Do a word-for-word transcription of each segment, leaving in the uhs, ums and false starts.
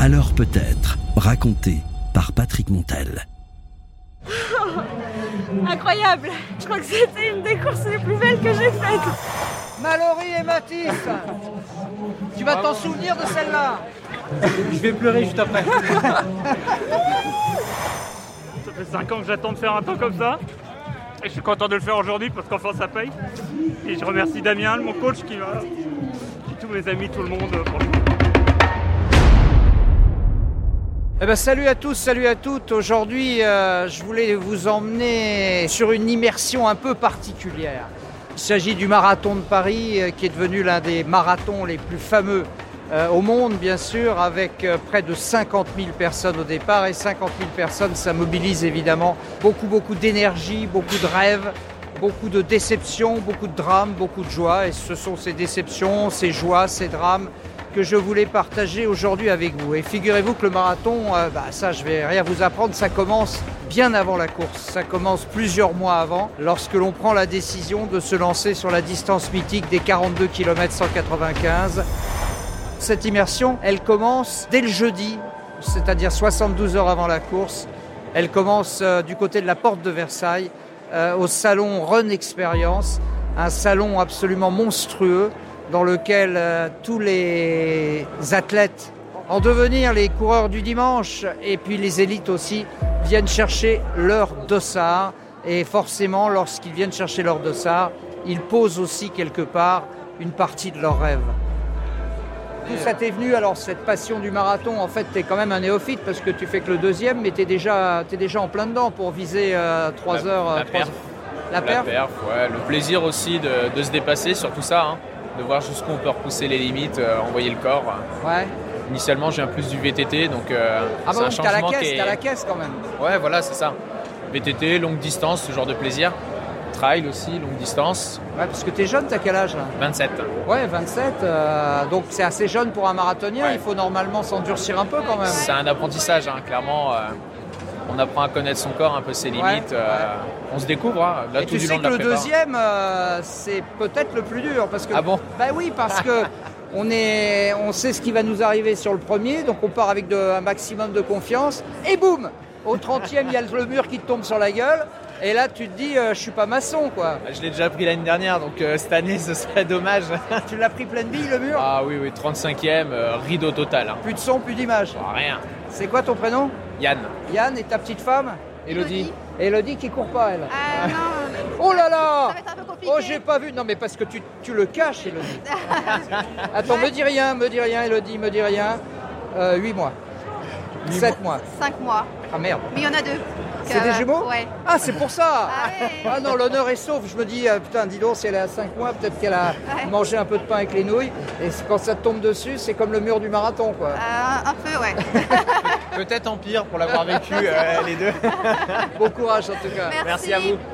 Alors peut-être, raconté par Patrick Montel. Oh, incroyable! Je crois que c'était une des courses les plus belles que j'ai faites. Mallory et Mathis, tu vas t'en souvenir de celle-là. Je vais pleurer juste après. Ça fait cinq ans que j'attends de faire un temps comme ça. Et je suis content de le faire aujourd'hui parce qu'enfin ça paye. Et je remercie Damien, mon coach, qui va, et tous mes amis, tout le monde. Franchement. Eh ben, salut à tous, salut à toutes. Aujourd'hui, euh, je voulais vous emmener sur une immersion un peu particulière. Il s'agit du marathon de Paris, euh, qui est devenu l'un des marathons les plus fameux euh, au monde, bien sûr, avec euh, près de cinquante mille personnes au départ. Et cinquante mille personnes, ça mobilise évidemment beaucoup, beaucoup d'énergie, beaucoup de rêves, beaucoup de déceptions, beaucoup de drames, beaucoup de joie. Et ce sont ces déceptions, ces joies, ces drames que je voulais partager aujourd'hui avec vous. Et figurez-vous que le marathon, euh, bah ça je vais rien vous apprendre, ça commence bien avant la course. Ça commence plusieurs mois avant, lorsque l'on prend la décision de se lancer sur la distance mythique des quarante-deux kilomètres cent quatre-vingt-quinze. Cette immersion, elle commence dès le jeudi, c'est-à-dire soixante-douze heures avant la course. Elle commence euh, du côté de la porte de Versailles, euh, au salon Run Experience, un salon absolument monstrueux, dans lequel euh, tous les athlètes en devenir, les coureurs du dimanche et puis les élites aussi, viennent chercher leur dossard. Et forcément, lorsqu'ils viennent chercher leur dossard, ils posent aussi quelque part une partie de leur rêve. Tout ça t'est venu, alors cette passion du marathon, en fait, t'es quand même un néophyte parce que tu fais que le deuxième, mais t'es déjà, t'es déjà en plein dedans pour viser euh, trois la, heures. La trois perf. La perf, la perf, ouais. Le plaisir aussi de, de se dépasser, surtout ça. Hein. De voir jusqu'où on peut repousser les limites, euh, envoyer le corps. Ouais. Initialement, je viens plus du V T T, donc euh, ah c'est bon, un changement t'as la caisse, qui est... t'as la caisse quand même. Ouais, voilà, c'est ça. V T T, longue distance, ce genre de plaisir. Trail aussi, longue distance. Ouais, parce que t'es jeune, t'as quel âge là ? vingt-sept. Ouais, vingt-sept, euh, donc c'est assez jeune pour un marathonien, ouais. Il faut normalement s'endurcir un peu quand même. C'est un apprentissage, hein, clairement. Euh, on apprend à connaître son corps, un peu ses limites. Ouais, euh, ouais. On se découvre, hein, là, et tout tu du sais long que de la le prépa. deuxième, euh, c'est peut-être le plus dur. Parce que, ah bon ? Bah oui, parce que on, est, on sait ce qui va nous arriver sur le premier, donc on part avec de, un maximum de confiance, et boum ! Au trentième, il y a le mur qui te tombe sur la gueule, et là tu te dis, euh, je suis pas maçon, quoi. Je l'ai déjà pris l'année dernière, donc euh, cette année, ce serait dommage. Tu l'as pris pleine bille, le mur ? Ah oui, oui, trente-cinquième, euh, rideau total. Hein. Plus de son, plus d'image. Ah, rien. C'est quoi ton prénom ? Yann. Yann, et ta petite femme ? Élodie. Élodie qui court pas, elle. Euh, non. Oh là là! Ça va être un peu compliqué. Oh, j'ai pas vu. Non, mais parce que tu, tu le caches, Élodie. Attends, me dis rien, me dis rien, Élodie, me dis rien. Euh, huit mois. sept mois. cinq mois. Ah merde. Mais il y en a deux. C'est des jumeaux ? Ouais. Ah, c'est pour ça. Ah, ouais. Ah non, l'honneur est sauf. Je me dis, euh, putain, dis donc, si elle est à cinq mois, peut-être qu'elle a Ouais. mangé un peu de pain avec les nouilles. Et quand ça te tombe dessus, c'est comme le mur du marathon, quoi. Euh, un peu, ouais. Peut-être en pire pour l'avoir vécu, euh, les deux. Bon courage, en tout cas. Merci. Merci à vous.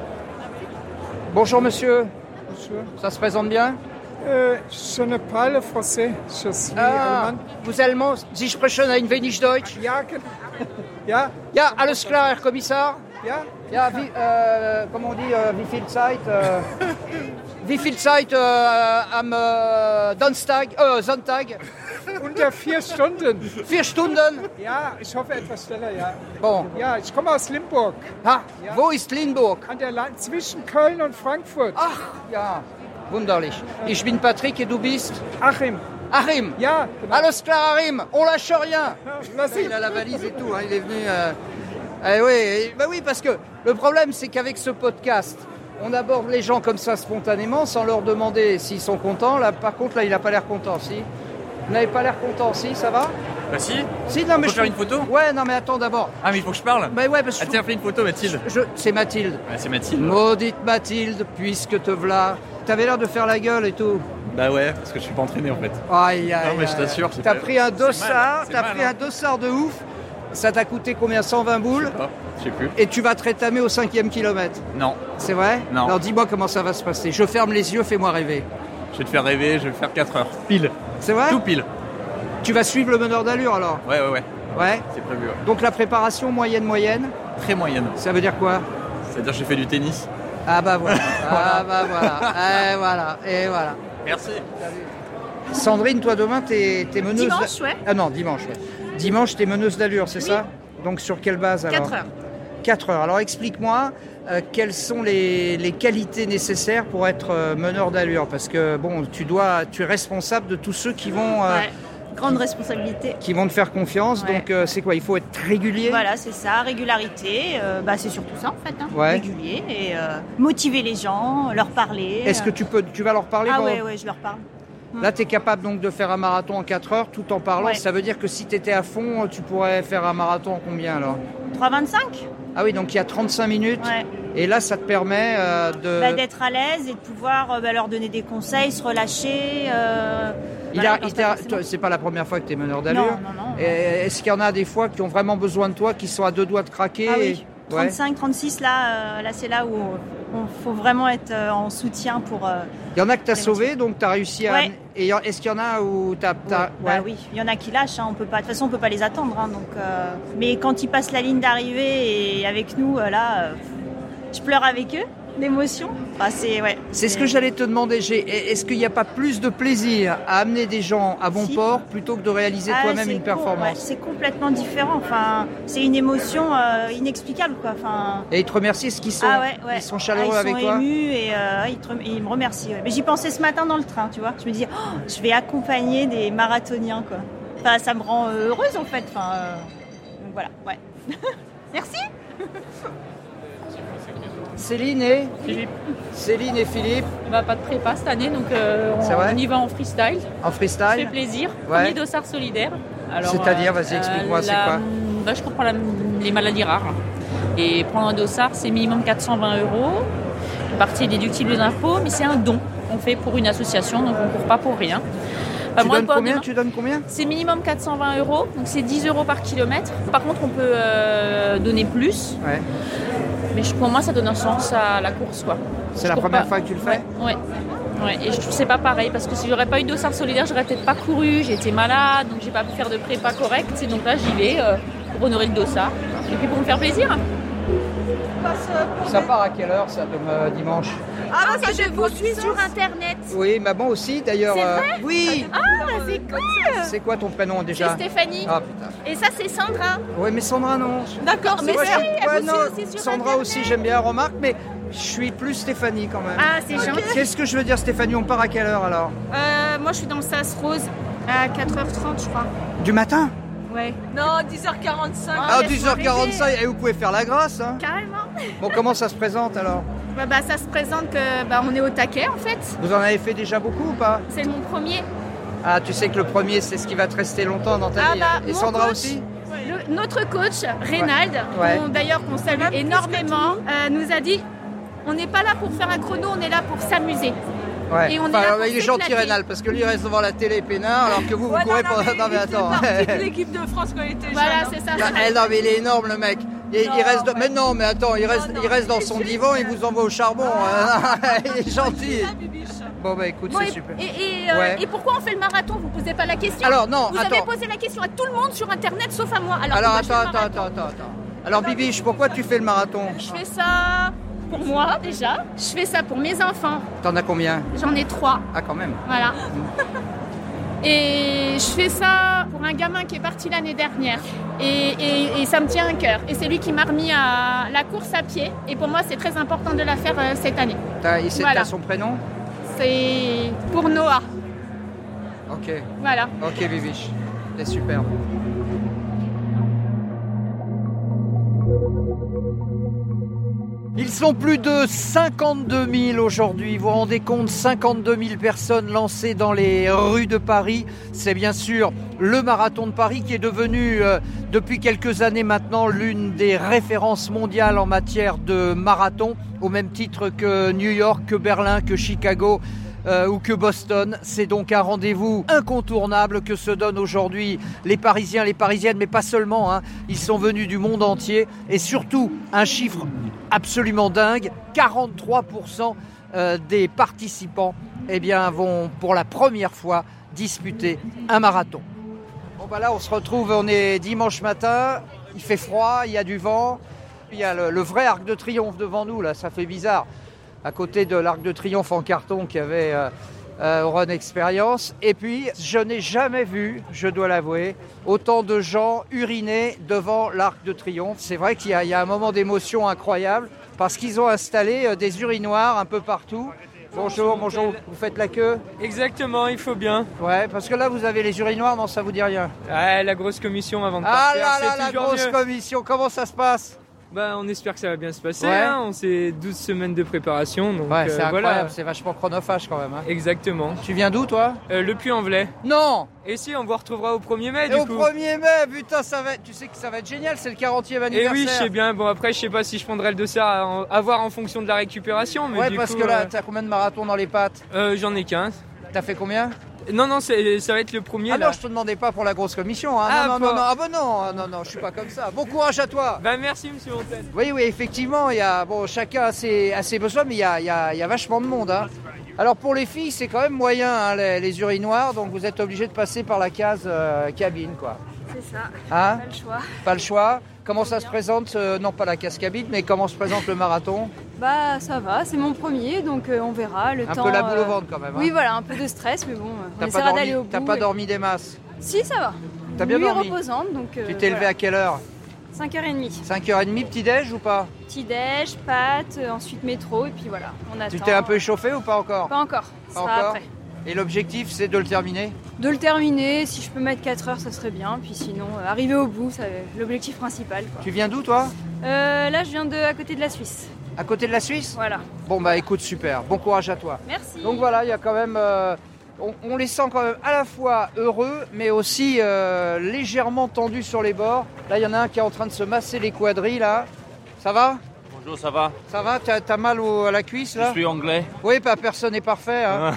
Bonjour, monsieur. Bonjour. Ça se présente bien ? Euh, je ne parle français, je suis Ah, allemand. vous allemand? Sie sprechen ein wenig Deutsch? Ja, gen- ja, Ja, alles klar, Herr Kommissar. ja. Ja, wie, äh, comment on dit, äh, wie viel Zeit, äh, wie viel Zeit äh, am äh, Donnerstag, äh, Sonntag? Unter vier Stunden. Vier Stunden? Ja, ich hoffe etwas schneller, ja. Bon. Ja, ich komme aus Limburg, Ha, Ja. wo ist Limburg? an der Land zwischen Köln und Frankfurt. Ach, ja, wunderlich. Ich bin Patrick et du bist? Achim. Achim. Ja, genau. Alles klar, Achim, on lâche rien. Vas-y. Il a la valise et tout, hein, il est venu... Euh... Eh oui, eh, bah oui, parce que le problème, c'est qu'avec ce podcast, on aborde les gens comme ça spontanément, sans leur demander s'ils sont contents. Là, par contre, là, il n'a pas l'air content, si. Vous n'avez pas l'air content, si, ça va? Bah si. Si, non, mais Faut je faire une photo? Ouais, non, mais attends d'abord. Ah mais il faut que je parle. Bah ouais, parce que... Ah tiens, fais une photo Mathilde. je... C'est Mathilde. Ah, c'est Mathilde. Maudite Mathilde, puisque te v'là. T'avais l'air de faire la gueule et tout. Bah ouais, parce que je suis pas entraîné en fait. Aïe, aïe, Non, mais je aïe. t'assure, c'est T'as pas- pris un c'est dossard, mal, c'est t'as mal, pris hein. un dossard de ouf. Ça t'a coûté combien? cent vingt boules? Ah, je sais plus. Et tu vas te rétamer au cinquième kilomètre. Non. C'est vrai? Non. Alors dis-moi comment ça va se passer. Je ferme les yeux, fais-moi rêver. Je vais te faire rêver, je vais faire quatre heures. Pile. C'est vrai? Tout pile. Tu vas suivre le meneur d'allure alors? Ouais, ouais, ouais. Ouais. C'est prévu. Ouais. Donc la préparation moyenne moyenne, Très moyenne. ça veut dire quoi? C'est-à-dire que j'ai fait du tennis. Ah bah voilà. Ah bah voilà. Et voilà. Et voilà. Merci. Sandrine, toi demain, t'es, t'es meneuse. Dimanche, ouais. Ah non, dimanche, ouais. Dimanche, tu es meneuse d'allure, c'est Oui. ça? Donc sur quelle base alors? quatre heures. quatre heures. Alors explique-moi euh, quelles sont les, les qualités nécessaires pour être euh, meneur d'allure, parce que bon, tu dois, tu es responsable de tous ceux qui vont, euh, Ouais. Grande responsabilité. qui vont te faire confiance. Ouais. Donc euh, c'est quoi? Il faut être régulier. Voilà, c'est ça, régularité. euh, bah, c'est surtout ça en fait. Hein. Ouais. Régulier et euh, motiver les gens, leur parler. Est-ce que tu peux, tu vas leur parler? Ah dans- ouais, ouais, je leur parle. Là, tu es capable donc de faire un marathon en quatre heures tout en parlant. Ouais. Ça veut dire que si tu étais à fond, tu pourrais faire un marathon en combien alors? trois vingt-cinq. Ah oui, donc il y a trente-cinq minutes. Ouais. Et là, ça te permet euh, de... Bah, d'être à l'aise et de pouvoir euh, bah, leur donner des conseils, se relâcher. euh, Il voilà, a- quand il t'as t'a- forcément- toi, c'est pas la première fois que tu es meneur d'allure. Non, non, non. Et est-ce qu'il y en a des fois qui ont vraiment besoin de toi, qui sont à deux doigts de craquer? Ah oui, et- Ouais. trente-cinq, trente-six, là, euh, là c'est là où il faut vraiment être euh, en soutien pour... euh, Il y en a que tu as Les sauvé, donc tu as réussi à... Ouais. Et y en- est-ce qu'il y en a où tu as... Bah oui, il y en a qui lâchent, hein, on peut pas, de toute façon on peut pas les attendre. Hein, donc, euh, mais quand ils passent la ligne d'arrivée et avec nous, euh, là, euh, je pleure avec eux, d'émotion. Bah, c'est ouais, C'est ce que j'allais te demander. J'ai- Est-ce qu'il n'y a pas plus de plaisir à amener des gens à bon Si. port plutôt que de réaliser Ah, toi-même c'est une con- performance? ouais, c'est complètement différent. Enfin, c'est une émotion euh, inexplicable, quoi. Enfin, Et ils te remercient, est-ce qu'ils sont, ah ouais, ouais. ils sont chaleureux Ah, ils avec sont toi? émus et euh, ils, te rem- ils me remercient. ouais. Mais j'y pensais ce matin dans le train, tu vois. Je me disais, oh, je vais accompagner des marathoniens, quoi. Enfin, ça me rend euh, heureuse en fait. Enfin, euh, donc voilà, ouais. Merci. Céline et Philippe. Céline et Philippe Bah, pas de prépa cette année, donc euh, on, C'est vrai on y va en freestyle. en Ça fait freestyle. plaisir. Ouais. Premier dossard solidaire. Alors, C'est-à-dire, vas-y, explique-moi, c'est la- quoi? bah, Je reprends la- les maladies rares. Et prendre un dossard, c'est minimum quatre cent vingt euros. Une partie est déductible des impôts, mais c'est un don qu'on fait pour une association, donc on ne court pas pour rien. Pas Tu moins de donnes port de combien? main. Tu donnes combien? C'est minimum quatre cent vingt euros, donc c'est dix euros par kilomètre. Par contre, on peut euh, donner plus, Ouais. mais je- pour moi, ça donne un sens à la course, quoi. C'est Je la cours première pas. fois que tu le fais? Ouais, ouais. Ouais, et je trouve que c'est pas pareil parce que si j'aurais pas eu de dossard solidaire, j'aurais peut-être pas couru, j'ai été malade, donc j'ai pas pu faire de prépa correcte. Et donc là, j'y vais euh, pour honorer le dossard et puis pour me faire plaisir. Ça part à quelle heure ça, demain, dimanche? Ah, bah, ça, je vous suis sur internet. Oui, maman aussi d'ailleurs. C'est euh, vrai Oui. Ah, c'est cool. C'est quoi ton prénom C'est déjà? Stéphanie. Ah putain. Et ça, c'est Sandra. Oui, mais Sandra non. D'accord, mais Moi, si, je- elle ouais, vous non, suit aussi sur Sandra Internet. aussi, j'aime bien, remarque, mais je suis plus Stéphanie quand même. Ah, c'est gentil. Qu'est-ce que je veux dire, Stéphanie? On part à quelle heure alors? Euh, moi, je suis dans Sas Rose à quatre heures trente, je crois. Du matin? Ouais. Non, dix heures quarante-cinq. Ah, dix heures quarante-cinq, et vous pouvez faire la grâce, hein? Carrément. Bon, comment ça se présente alors? Bah, bah, ça se présente que bah, on est au taquet en fait. Vous en avez fait déjà beaucoup ou pas? C'est mon premier. Ah, tu sais que le premier, c'est ce qui va te rester longtemps dans ta Ah, vie. bah, hein. Et mon Sandra coach, aussi? Le- notre coach, Reynald, Ouais. qu'on- d'ailleurs qu'on salue énormément, euh, nous a dit on n'est pas là pour faire un chrono, on est là pour s'amuser. Ouais. Et on est Enfin, là pour il est gentil, s'éclater. Rénal, parce que lui, il reste devant la télé peinard, alors que vous, vous courez pendant. Non, mais attends. L'équipe de France quand il était Voilà, jeune. c'est ça. Bah, eh, non, mais il est énorme, le mec. Il, Non, il reste. de- ouais. Mais non, mais attends, il reste, non, il reste dans il est son génial. divan, il vous envoie au charbon. hein. il est gentil. Ah, Bibiche. Bon, bah écoute, Bon, c'est et, super. et- et, euh, Ouais. et pourquoi on fait le marathon? Vous posez pas la question. Alors, non, Vous avez attends. posé la question à tout le monde sur internet sauf à moi. Alors, Alors, pourquoi je fais attends, le attends, marathon attends, attends, attends. Alors, Bibiche, pourquoi tu fais le marathon? Je fais ça pour moi déjà. Je fais ça pour mes enfants. T'en as combien? J'en ai trois. Ah, quand même. Voilà. Et je fais ça pour un gamin qui est parti l'année dernière. Et, et- et ça me tient à cœur. Et c'est lui qui m'a remis à la course à pied. Et pour moi, c'est très important de la faire euh, cette année. T'as il sait- Voilà. t'as son prénom? C'est pour Noah. Ok. Voilà. Ok, Bibiche. C'est superbe. Ils sont plus de cinquante-deux mille aujourd'hui. Vous vous rendez compte, cinquante-deux mille personnes lancées dans les rues de Paris. C'est bien sûr le marathon de Paris qui est devenu euh, depuis quelques années maintenant l'une des références mondiales en matière de marathon, au même titre que New York, que Berlin, que Chicago. Euh, ou que Boston. C'est donc un rendez-vous incontournable que se donnent aujourd'hui les Parisiens, les Parisiennes, mais pas seulement, hein. Ils sont venus du monde entier et surtout un chiffre absolument dingue, quarante-trois pour cent euh, des participants eh bien, vont pour la première fois disputer un marathon. Bon bah là on se retrouve, on est dimanche matin, il fait froid, il y a du vent, il y a le, le vrai Arc de Triomphe devant nous, là ça fait bizarre. À côté de l'Arc de Triomphe en carton qui avait, euh, euh, Run Experience. Et puis, je n'ai jamais vu, je dois l'avouer, autant de gens uriner devant l'Arc de Triomphe. C'est vrai qu'il y a, il y a un moment d'émotion incroyable parce qu'ils ont installé euh, des urinoirs un peu partout. Bonjour, bonjour, vous faites la queue? Exactement, il faut bien. Ouais, parce que là, vous avez les urinoirs, non, ça vous dit rien? Ah, la grosse commission avant de Ah partir, là c'est là, la toujours grosse mieux. commission, comment ça se passe? Bah, on espère que ça va bien se passer. Ouais. Hein. On s'est douze semaines de préparation. Donc, Ouais, c'est euh, incroyable, voilà. c'est vachement chronophage quand même. Hein. Exactement. Tu viens d'où, toi? euh, Le Puy-en-Velay. Non! Et si, on vous retrouvera au premier mai, Et du au coup. premier mai, putain, ça va être, tu sais que ça va être génial, c'est le quarantième Et anniversaire. oui, je sais bien. Bon, après, je sais pas si je prendrai le dossard à, en- à voir en fonction de la récupération. Mais Ouais, du parce coup, que là, euh, t'as combien de marathons dans les pattes? euh, j'en ai quinze. T'as fait combien? Non, non, c'est- ça va être le premier Ah là. non, je te demandais pas pour la grosse commission. Hein. Ah, non, non, pas- non, non, ah bah non, ah non, non, je suis pas comme ça. Bon courage à toi. Bah, merci, monsieur Fontaine. Oui, oui, effectivement, il y a, bon, chacun a ses, a ses besoins, mais il y a, il y a- il y a vachement de monde. Hein. Alors pour les filles, c'est quand même moyen, hein, les, les urinoirs, donc vous êtes obligés de passer par la case euh, cabine, quoi. C'est ça, Hein? pas le choix. Pas le choix. Comment ça se présente, euh, non pas la case cabine, mais comment se présente le marathon? Bah ça va, c'est mon premier, donc euh, on verra le Un temps. peu la boule euh, au ventre quand même. Oui hein. voilà, un peu de stress, mais bon, euh, on T'as pas essaiera dormi, d'aller au bout. t'as pas et- dormi des masses? Si ça va. T'as bien Nuit dormi? reposante, donc. euh, Tu t'es levé voilà. à quelle heure? cinq heures trente. cinq heures trente, petit-déj ou pas? Petit déj, pâtes, euh, ensuite métro, et puis voilà, on attend. Tu t'es un peu échauffé ou pas encore? Pas encore, Pas ça sera encore après. Et l'objectif, c'est de le terminer? De le terminer, si je peux mettre quatre heures, ça serait bien, puis sinon, euh, arriver au bout, c'est l'objectif principal. Quoi. Tu viens d'où, toi? Euh, là, je viens de à côté de la Suisse. À côté de la Suisse? Voilà. Bon, bah écoute, super. Bon courage à toi. Merci. Donc voilà, il y a quand même... euh, on, on les sent quand même à la fois heureux, mais aussi euh, légèrement tendus sur les bords. Là, il y en a un qui est en train de se masser les quadrilles, là. Ça va? Bonjour, ça va? Ça va? T'as, t'as mal au- à la cuisse, là? Je suis anglais. Oui, pas personne n'est parfait. Hein.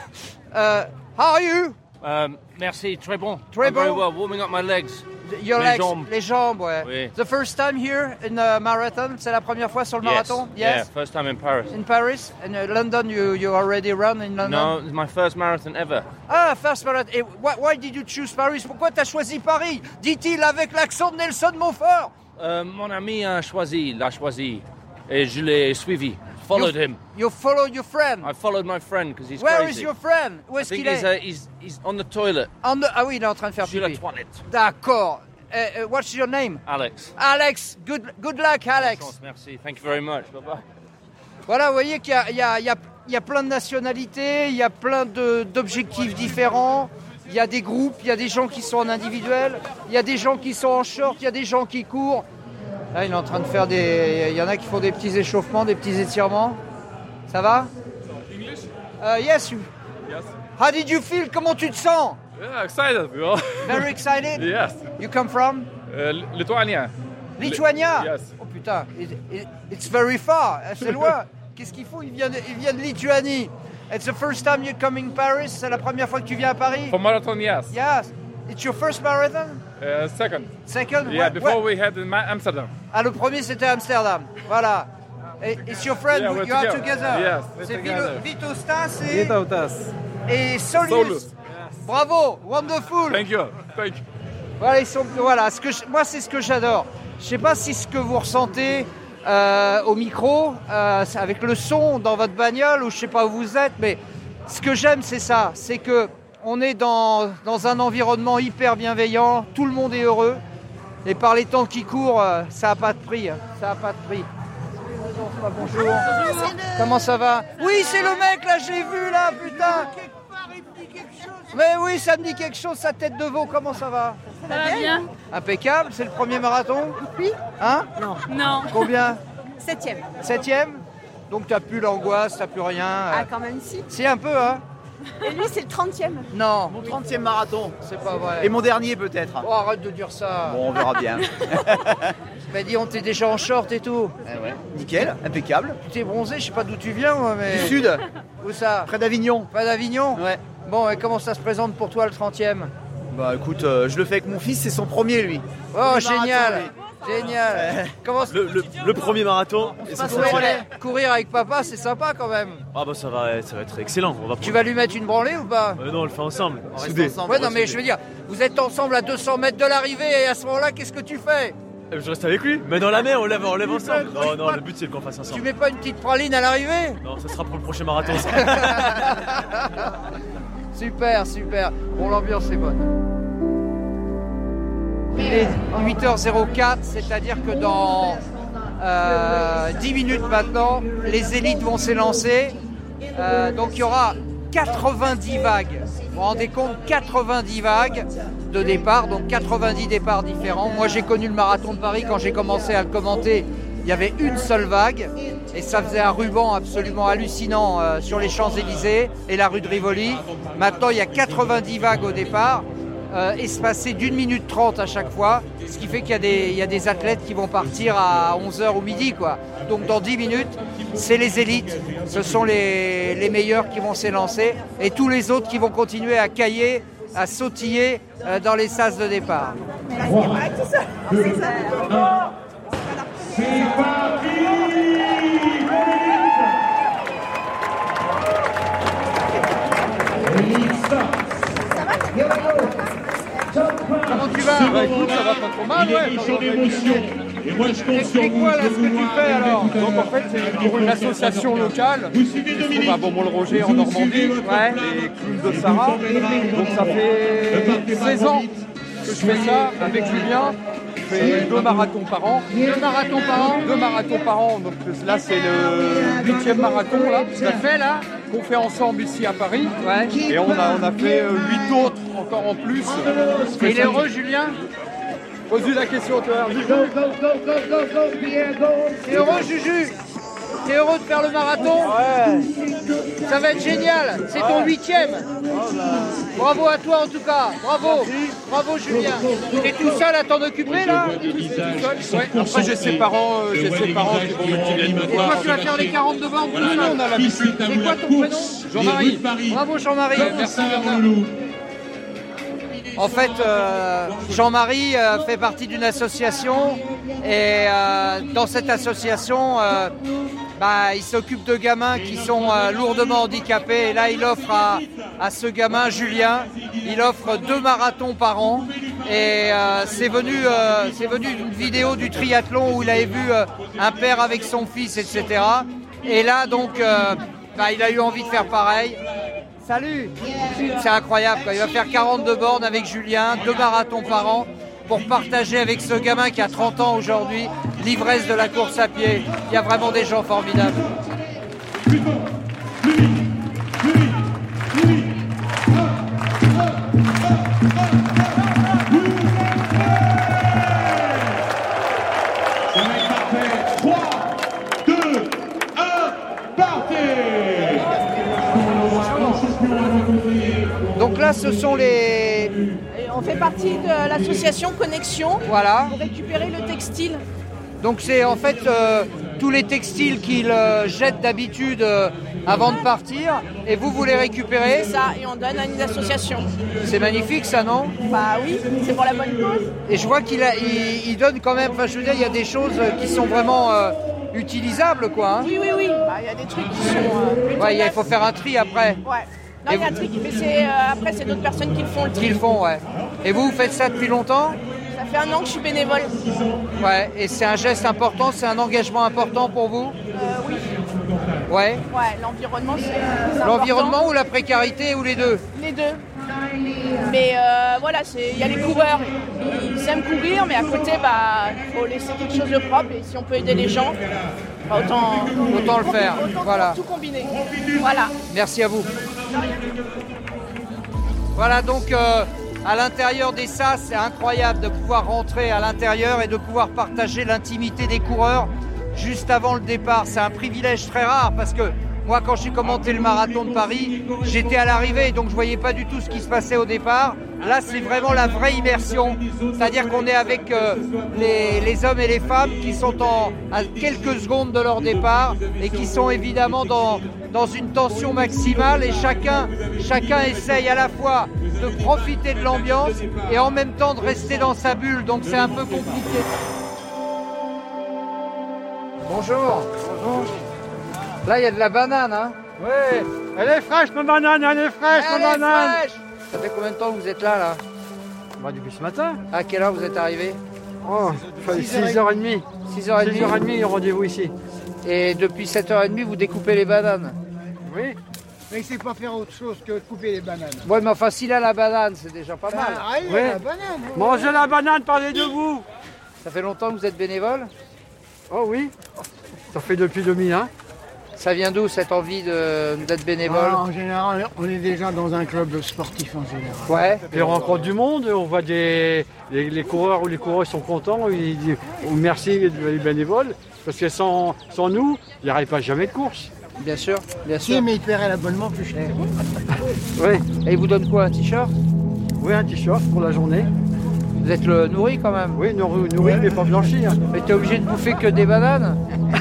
euh, how are you? Euh, merci, très bon. Très I'm very bon. well, warming up my legs. Your Les legs, jambes. les jambes, ouais. Oui. The first time here in a marathon, c'est la première fois sur le Yes. marathon? Yeah, first time in Paris. In Paris? In uh, London, you, you already run in London? No, it's my first marathon ever. Ah, first marathon. Et why, why did you choose Paris? Pourquoi t'as choisi Paris? Dit-il avec l'accent de Nelson Montfort. Euh, mon ami a choisi, l'a choisi, et je l'ai suivi. Followed you, him. You follow your friend. I followed my friend because he's Where crazy. is your friend? Où I est-ce think qu'il he's, est? uh, he's, he's on the toilet. En de- Ah oui, il est en train de faire Sur la pipi. toilette. D'accord. Uh, uh, what's your name? Alex. Alex. Good, good luck, Alex. Merci, thank you very much. Bye bye. Voilà, vous voyez qu'il y a, il y a- il y a- il y a plein de nationalités, il y a plein de- d'objectifs différents. Il y a des groupes, il y a des gens qui sont en individuel, il y a des gens qui sont en short, il y a des gens qui courent. Là, il est en train de faire des... Il y en a qui font des petits échauffements, des petits étirements. Ça va? English? Uh, yes, you... Yes. How did you feel? Comment tu te sens? Yeah, excited. Yeah. Very excited? Yes. You come from? Uh, Lithuania. Lituania? Yes. Oh putain, it, it, it's very far, c'est loin. Qu'est-ce qu'il faut? Il vient, de, il vient de Lituanie. It's the first time you're coming to Paris? C'est la première fois que tu viens à Paris? For marathon, yes. Yes. It's your first marathon? Uh, second. Second? Yeah, Where- before where- we had in Ma- Amsterdam. Ah, le premier c'était Amsterdam. Voilà. Et it's your friend, Yeah, you we're are together. together. Yes, we're C'est together. Vito, Vito Stas et, Vytautas. et Solius. Solus. Bravo, wonderful. Thank you. Thank you. Voilà, ils sont, voilà ce que je- moi c'est ce que j'adore. Je sais pas si ce que vous ressentez euh, au micro, euh, avec le son dans votre bagnole ou je sais pas où vous êtes, mais ce que j'aime c'est ça, c'est que on est dans, dans un environnement hyper bienveillant, tout le monde est heureux et par les temps qui courent, euh, ça a pas de prix, hein, ça a pas de prix. Bonjour. Comment ça va? Oui, c'est le mec là, j'ai vu là, putain. Mais oui, ça me dit quelque chose, sa tête de veau, comment ça va? Ça va bien? Impeccable, c'est le premier marathon? Oui. Hein? Non. Non. Combien? Septième. Septième? Donc t'as plus l'angoisse, t'as plus rien. Ah, euh. quand même si. Si, un peu, hein? Et lui, c'est le trentième. Non. Mon trentième marathon. C'est pas vrai. Et mon dernier peut-être. Oh, arrête de dire ça. Bon, on verra bien. Bah dis, on t'est déjà en short et tout. Eh ouais. Nickel, impeccable. Tu t'es bronzé, je sais pas d'où tu viens, moi, mais... Du sud. Où ça? Près d'Avignon. Pas d'Avignon? Ouais. Bon, et comment ça se présente pour toi, le trentième? Bah écoute, euh, je le fais avec mon fils, c'est son premier lui. Oh, Premier génial. marathon, Génial. Comment Le, le- le premier marathon. et son courir, premier. courir avec papa, c'est sympa quand même. Ah bah ça va, ça va être excellent. On va Tu vas lui mettre une branlée ou pas? Euh, non, on le fait ensemble. reste Soudés. ensemble, Ouais, non, mais je veux dire, vous êtes ensemble à deux cents mètres de l'arrivée et à ce moment-là, qu'est-ce que tu fais? Je reste avec lui. Mais dans la mer, on lève, on lève ensemble. Non, non, le but c'est qu'on fasse ensemble. Tu mets pas une petite praline à l'arrivée? Non, ça sera pour le prochain marathon. Ça. Super, super. Bon, l'ambiance est bonne. Il est huit heures zéro quatre, c'est-à-dire que dans euh, dix minutes maintenant, les élites vont s'élancer. Euh, donc il y aura quatre-vingt-dix vagues. Vous vous rendez compte, quatre-vingt-dix vagues de départ, donc quatre-vingt-dix départs différents. Moi j'ai connu le marathon de Paris quand j'ai commencé à le commenter. Il y avait une seule vague et ça faisait un ruban absolument hallucinant euh, sur les Champs-Élysées et la rue de Rivoli. Maintenant il y a quatre-vingt-dix vagues au départ, euh, espacées d'une minute trente à chaque fois, ce qui fait qu'il y a des, il y a des athlètes qui vont partir à onze heures ou midi, quoi. Donc dans dix minutes, c'est les élites, ce sont les, les meilleurs qui vont s'élancer et tous les autres qui vont continuer à cailler, à sautiller euh, dans les sas de départ. C'est parti. Comment tu vas? Bah écoute, ça va pas trop mal, ouais. Et moi je compte sur vous. Explique-moi là ce que tu fais alors. Donc en fait, c'est pour une association locale qui se trouve à Beaumont-le-Roger en Normandie, Ouais. les Clous de Sarah. Donc ça fait seize ans que je fais ça avec Julien. Je fais deux marathons par an. Deux marathons par an. Deux marathons par an. Donc là, c'est le huitième marathon là. Tu as fait là? Qu'on fait ensemble ici à Paris. Ouais. Et on a, on a fait euh, huit autres encore en plus. Et il est heureux, Julien? Pose-lui la question, toi. T'es heureux, Juju? T'es heureux de faire le marathon? Ouais. Ça va être génial. C'est ton huitième. Bravo à toi en tout cas. Bravo. Bravo Julien. T'es tout seul à t'en occuper là? Ouais. Après j'ai ses parents, euh, j'ai ses parents qui vont me Et toi tu vas faire les quarante devant? Oui, oui, on a la piste. C'est quoi ton prénom? Jean-Marie. Bravo Jean-Marie. Merci Bernard. En fait, euh, Jean-Marie euh, fait partie d'une association et euh, dans cette association, euh, bah, il s'occupe de gamins qui sont euh, lourdement handicapés. Et là, il offre à, à ce gamin, Julien, il offre deux marathons par an. Et euh, c'est venu, euh, c'est venu d'une vidéo du triathlon où il avait vu euh, un père avec son fils, et cetera. Et là, donc, euh, bah, il a eu envie de faire pareil. Salut! C'est incroyable, quoi. Il va faire quarante-deux bornes avec Julien, deux marathons par an, pour partager avec ce gamin qui a trente ans aujourd'hui l'ivresse de la course à pied. Il y a vraiment des gens formidables. Donc là, ce sont les... On fait partie de l'association Connexion Voilà. pour récupérer le textile. Donc c'est en fait euh, tous les textiles qu'ils euh, jettent d'habitude euh, avant de partir et vous, vous les récupérez. C'est ça, et on donne à une association. C'est magnifique ça, non? Bah oui, c'est pour la bonne cause. Et je vois qu'il a, il, il donne quand même, enfin je veux dire, il y a des choses qui sont vraiment euh, utilisables, quoi. Hein. Oui, oui, oui. Bah, il y a des trucs qui sont... Euh, plutôt ouais, il neufs. faut faire un tri après. Ouais. Non, Et il y a vous... un tri qui fait... C'est, euh, après, c'est d'autres personnes qui le font, le tri. Qui le font, ouais. Et vous, vous faites ça depuis longtemps? Ça fait un an que je suis bénévole. Ouais, et c'est un geste important, c'est un engagement important pour vous? Euh, oui. Ouais. Ouais, l'environnement, c'est, c'est important. L'environnement ou la précarité ou les deux? Les deux. Mais euh, voilà, c'est- il y a les coureurs, ils aiment courir, mais à côté, bah, il faut laisser quelque chose de propre. Et si on peut aider les gens, bah, autant, Autant le faire, autant voilà. tout combiner. Voilà. Merci à vous. Voilà donc euh, à l'intérieur des sas, c'est incroyable de pouvoir rentrer à l'intérieur et de pouvoir partager l'intimité des coureurs juste avant le départ. C'est un privilège très rare parce que moi, quand j'ai commenté le marathon de Paris, j'étais à l'arrivée, donc je voyais pas du tout ce qui se passait au départ. Là, c'est vraiment la vraie immersion, c'est-à-dire qu'on est avec euh, les, les hommes et les femmes qui sont en, à quelques secondes de leur départ et qui sont évidemment dans, dans une tension maximale et chacun, chacun essaye à la fois de profiter de l'ambiance et en même temps de rester dans sa bulle, donc c'est un peu compliqué. Bonjour. Bonjour. Là, il y a de la banane, hein? Ouais, elle est fraîche, ma banane, elle est fraîche, Elle ma est banane. fraîche. Ça fait combien de temps que vous êtes là, là? Bah, depuis ce matin. À quelle heure vous êtes arrivé? Oh, six heures trente. six heures trente. six heures trente, rendez-vous ici. Et depuis sept heures trente, vous découpez les bananes. Oui. Mais il ne sait pas faire autre chose que de couper les bananes. Ouais, mais enfin, s'il a la banane, c'est déjà pas mal. Ah, il a la banane. hein. Mangez la banane, parlez de vous. Ça fait longtemps que vous êtes bénévole? Oh oui. Ça fait depuis deux mille un. Ça vient d'où cette envie de- d'être bénévole? Ah, en général, on est déjà dans un club sportif en général. Ouais. Les rencontres du monde, on voit des les, les coureurs ou les coureurs sont contents, ils disent oh, merci les bénévoles, parce que sans, sans nous, il n'y aurait pas jamais de course. Bien sûr, bien Si, sûr. mais il paierait l'abonnement plus cher. Oui. Et il vous donne quoi, un t-shirt? Oui, un t-shirt pour la journée. Vous êtes le nourri quand même? Oui, nourri, nourri mais pas blanchi. Hein. Mais t'es obligé de bouffer que des bananes?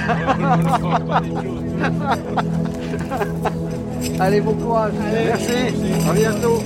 Allez, bon courage. Merci, à bientôt.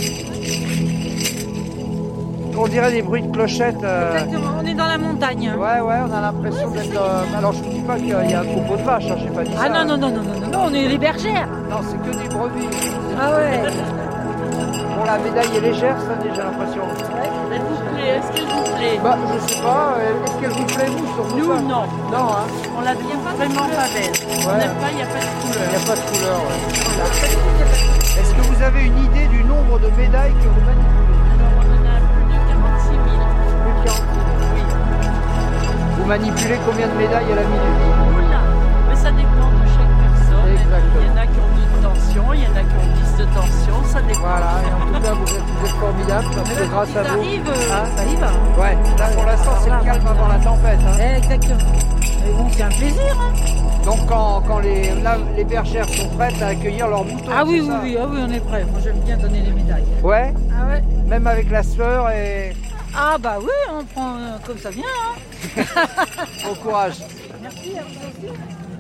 On dirait des bruits de clochettes. euh, Exactement, on est dans la montagne. Ouais, ouais, on a l'impression d'être. euh, Alors, je vous dis pas qu'il y a un troupeau de vaches, hein, j'ai pas dit ça. Ah non, non, non, non, non, non, non, on est les bergères. Non, c'est que des brebis. Ah ouais. Bon, la médaille est légère, ça, j'ai l'impression. Elle vous plaît? Est-ce qu'elle vous plaît? Bah, je sais pas, euh, est-ce qu'elle vous plaît, vous, surtout Nous, ça? non. Non, hein. On la vient pas vraiment pas belle. On Ouais. n'aime pas, il n'y a pas de Il couleur. n'y a pas de couleur, ouais. Est-ce que vous avez une idée du nombre de médailles que vous manipulez? Alors, on en a plus de quarante-six mille. Plus de quarante-six mille, oui. Vous manipulez combien de médailles à la minute? Oula, mais ça dépend de chaque personne. Exactement. Il y en a qui ont deux de tension, il y en a qui ont dix de tension, ça dépend. Voilà, et en tout cas, vous êtes, vous êtes formidables, parce que grâce à Ça vous. arrive, euh, Hein ça arrive. Ouais, là pour l'instant, c'est le calme avant la tempête. Hein. Exactement. Mais bon, c'est un plaisir. Hein. Donc, quand, quand les, là, les bergères sont prêtes à accueillir leurs moutons. Ah oui, c'est oui, ça oui, ah oui, on est prêts. Moi, j'aime bien donner les médailles. Ouais, Ah ouais. même avec la sueur et. Ah bah oui, on prend euh, comme ça vient. Hein. Bon courage. Merci à vous aussi.